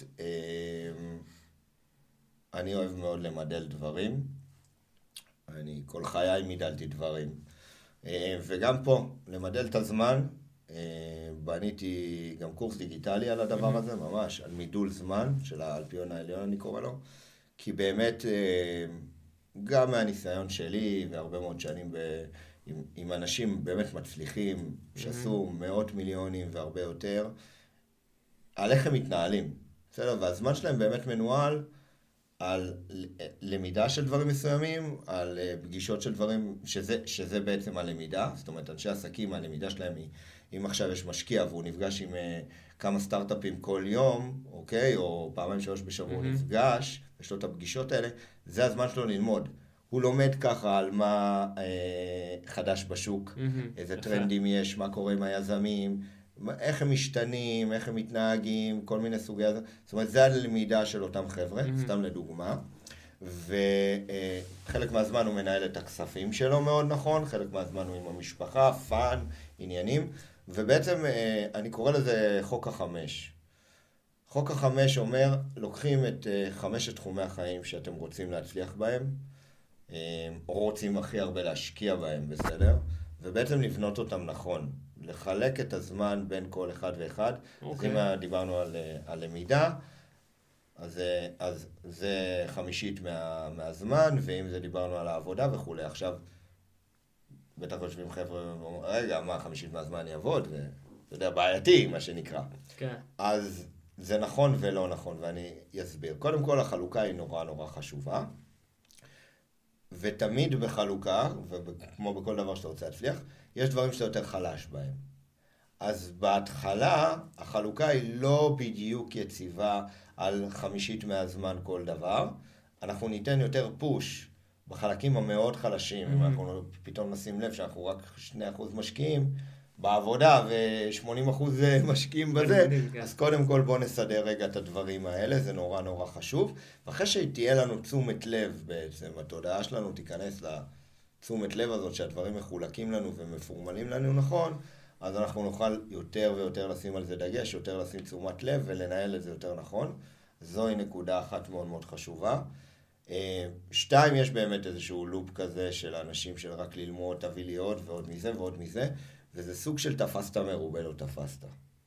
אני אוהב מאוד למדל דברים. אני כל חיי מידלתי דברים. וגם פה, למדל את הזמן, בניתי גם קורס דיגיטלי על הדבר הזה, ממש, על מידול זמן, של האלפיון העליון אני קורא לו, כי באמת, גם מהניסיון שלי, והרבה מאוד שנים עם אנשים באמת מצליחים, שעשו מאות מיליונים והרבה יותר, על איך הם מתנהלים, בסדר? והזמן שלהם באמת מנוהל על למידה של דברים מסוימים, על פגישות של דברים, שזה בעצם הלמידה, זאת אומרת, אנשי עסקים, הלמידה שלהם היא, אם עכשיו יש משקיע והוא נפגש עם כמה סטארט-אפים כל יום, אוקיי, או פעמיים 3 בשבוע הוא נפגש, יש לו את הפגישות האלה, זה הזמן שלו ללמוד. הוא לומד ככה על מה חדש בשוק, איזה טרנדים יש, מה קורה עם היזמים, איך הם משתנים, איך הם מתנהגים, כל מיני סוגי... זאת אומרת, זה הלמידה של אותם חבר'ה, סתם לדוגמה. וחלק מהזמן הוא מנהל את הכספים שלו מאוד נכון, חלק מהזמן הוא עם המשפחה, פאן, עניינים, ובעצם אני קורא לזה חוק החמש. חוק החמש אומר, לוקחים את 5 תחומי החיים שאתם רוצים להצליח בהם, או רוצים הכי הרבה להשקיע בהם, בסדר? ובעצם לבנות אותם נכון. לחלק את הזמן בין כל אחד ואחד. אז אם דיברנו על למידה, אז זה 50% מהזמן, ואם זה דיברנו על העבודה וכו'. עכשיו, בטח יושבים חבר'ה ואומרים, רגע, מה 50% מהזמן יעבוד? ואתה יודע, בעייתי, מה שנקרא. כן. אז זה נכון ולא נכון, ואני אסביר. קודם כל, החלוקה היא נורא נורא חשובה. ותמיד בחלוקה, וכמו בכל דבר שאתה רוצה להצליח, יש דברים שאתה יותר חלש בהם. אז בהתחלה, החלוקה היא לא בדיוק יציבה על 50% מהזמן כל דבר. אנחנו ניתן יותר פוש בחלקים המאוד חלשים. אם אנחנו פתאום נשים לב שאנחנו רק 2% משקיעים בעבודה ו80% משקיעים בזה, אז קודם כל בוא נסדר רגע את הדברים האלה, זה נורא נורא חשוב. ואחרי שתהיה לנו תשומת לב בעצם, התודעה שלנו תיכנס לתשומת לב הזאת שהדברים מחולקים לנו ומפורמלים לנו נכון, אז אנחנו נוכל יותר ויותר לשים על זה דגש, יותר לשים תשומת לב ולנהל את זה יותר נכון. זוהי נקודה אחת מאוד מאוד חשובה. 2, יש באמת איזשהו לופ כזה של אנשים של רק ללמוד, תביא לי עוד ועוד מזה ועוד מזה, וזה סוג של תפסת מרובה לא תפסת.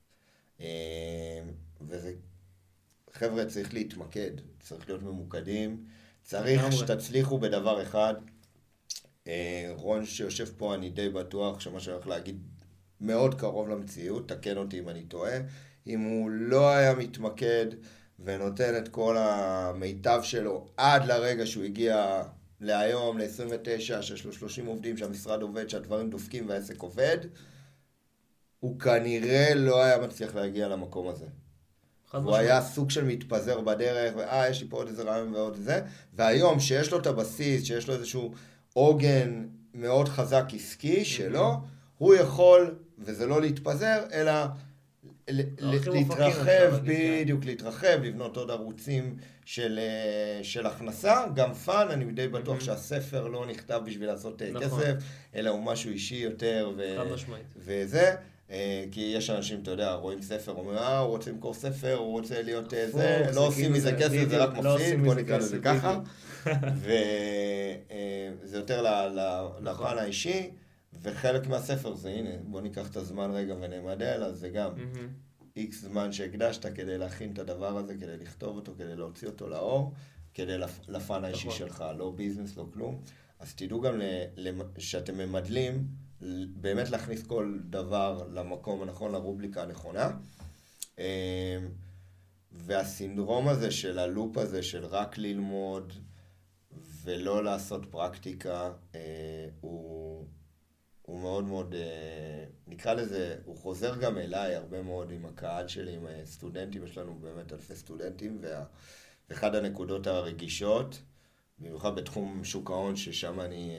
וזה, חבר'ה, צריך להתמקד, צריך להיות ממוקדים, צריך שתצליחו בדבר אחד. רון שיושב פה, אני די בטוח שמה שאני הולך להגיד מאוד קרוב למציאות, תקן אותי אם אני טועה. אם הוא לא היה מתמקד ונותן את כל המיטב שלו עד לרגע שהוא הגיע להיום, ל-29, שיש לו 30 עובדים, שהמשרד עובד, שהדברים דופקים והעסק עובד, הוא כנראה לא היה מצליח להגיע למקום הזה. הוא היה סוג של מתפזר בדרך, יש לי פה עוד איזה רעיון ועוד זה, והיום שיש לו את הבסיס, שיש לו איזשהו עוגן מאוד חזק עסקי שלו, הוא יכול, וזה לא להתפזר, אלא להתרחב, בדיוק להתרחב, לבנות עוד ערוצים של הכנסה, גם פן, אני די בטוח שהספר לא נכתב בשביל לעשות כסף, אלא הוא משהו אישי יותר, וזה, כי יש אנשים, אתה יודע, רואים ספר, אומרים, הוא רוצה למכור ספר, הוא רוצה להיות זה, לא עושים מזה כסף, זה רק מפסיד, בוא נקרא לזה ככה, וזה יותר לפן האישי, וחלק מהספר זה, הנה, בוא ניקח את הזמן רגע ונמדל, אז זה גם איקס זמן שהקדשת כדי להכין את הדבר הזה, כדי לכתוב אותו, כדי להוציא אותו לאור, כדי לפן האישי שלך, לא ביזנס, לא כלום. אז תדעו גם שאתם ממדלים, באמת להכניס כל דבר למקום הנכון, לרובליקה הנכונה. והסינדרום הזה של הלופ הזה של רק ללמוד ולא לעשות פרקטיקה, הוא מאוד מאוד, נקרא לזה, הוא חוזר גם אליי הרבה מאוד עם הקהל שלי, עם סטודנטים, יש לנו באמת אלפי סטודנטים, ואחד הנקודות הרגישות, במיוחד בתחום שוק ההון, ששם אני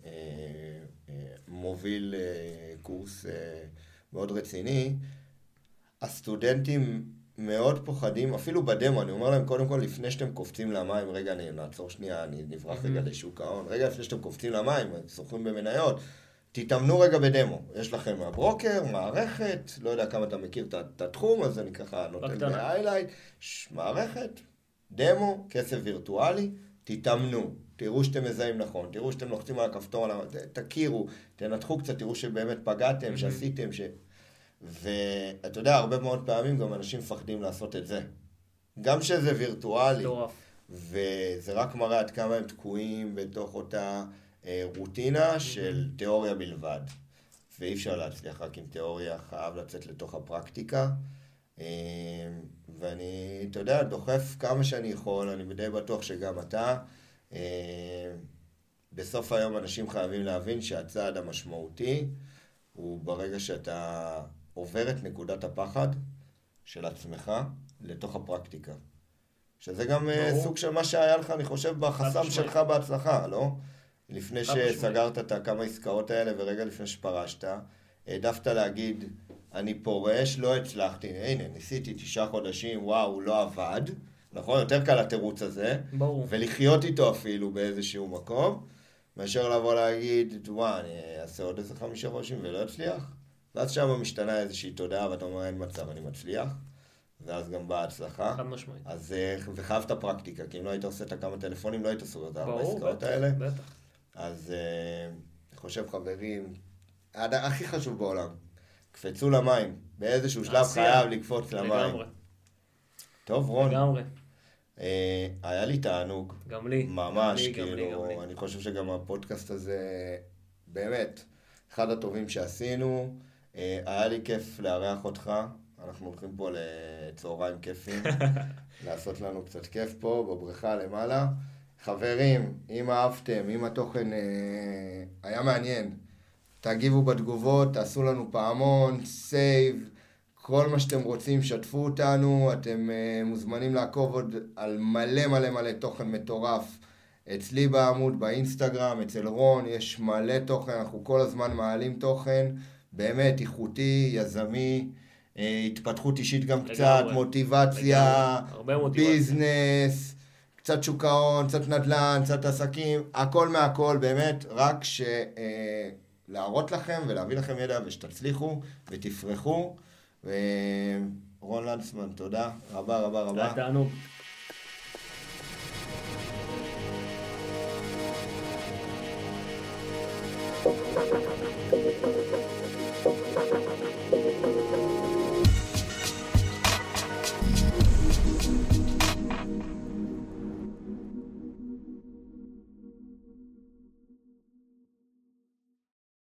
מוביל קורס מאוד רציני, הסטודנטים מאוד פוחדים, אפילו בדמו, אני אומר להם קודם כל, לפני שאתם קופצים למים, רגע, נעצור שנייה, אני נברח רגע לשוק ההון, רגע, לפני שאתם קופצים למים, שוכרים במניות, תתאמנו רגע בדמו. יש לכם הברוקר, מערכת, לא יודע כמה אתה מכיר את התחום, אז אני ככה נותן בהיילייט, מערכת, דמו, כסף וירטואלי, תתאמנו. תראו שאתם מזהים נכון, תראו שאתם לוחצים על הכפתור, תכירו, תנתחו קצת, תראו שבאמת פגעתם, שעשיתם, ואתה יודע, הרבה מאוד פעמים גם אנשים מפחדים לעשות את זה. גם שזה וירטואלי, וזה רק מראה עד כמה הם תקועים בתוך אותה רוטינה של תיאוריה בלבד. ואי אפשר להצליח רק עם תיאוריה, חייב לצאת לתוך הפרקטיקה. ואני, אתה יודע, דוחף כמה שאני יכול, אני די בטוח שגם אתה. בסוף היום אנשים חייבים להבין שהצעד המשמעותי הוא ברגע שאתה עובר את נקודת הפחד של עצמך לתוך הפרקטיקה. שזה גם סוג של מה שהיה לך, אני חושב, בחסם שלך בהצלחה, לא? לפני שסגרת את כמה עסקאות האלה ורגע לפני שפרשת, העדפת להגיד, אני פורש, לא הצלחתי, הנה, ניסיתי 9 חודשים, וואו, לא עבד, נכון? יותר קל התירוץ הזה, ברור. ולחיות איתו אפילו באיזשהו מקום, מאשר לבוא להגיד, וואו, אני אעשה עוד איזה 5 חודשים ולא אצליח, ואז שם משתנה איזושהי תודעה, ואתה אומר, אין מצב, אני מצליח, ואז גם באה הצלחה. חד משמעית. אז וחייב את הפרקטיקה, כי אם לא היית עושה את כמה טלפונים, לא היית עושה את העסקאות בטח, האלה. בטח. אז אני חושב, חברים, הכי חשוב בעולם, קפצו למים, באיזשהו שלב חייב לקפוץ למים. לגמרי. טוב, רון. לגמרי. היה לי תענוג. גם לי. ממש, כאילו, אני חושב שגם הפודקאסט הזה, באמת, אחד הטובים שעשינו. היה לי כיף לארח אותך. אנחנו הולכים פה לצהריים כיפים, לעשות לנו קצת כיף פה, בבריכה למעלה. חברים, אם אהבתם, אם התוכן היה מעניין, תגיבו בתגובות, תעשו לנו פעמון, סייב, כל מה שאתם רוצים, שתפו אותנו, אתם מוזמנים לעקוב עוד על מלא מלא מלא תוכן מטורף. אצלי בעמוד, באינסטגרם, אצל רון, יש מלא תוכן, אנחנו כל הזמן מעלים תוכן, באמת איכותי, יזמי, התפתחות אישית גם קצת, מוטיבציה, ביזנס, קצת שוק ההון, קצת נדל"ן, קצת עסקים, הכל מהכל, באמת, רק להראות לכם ולהביא לכם ידע ושתצליחו ותפרחו. ורון לנצמן, תודה רבה רבה רבה. תענוג.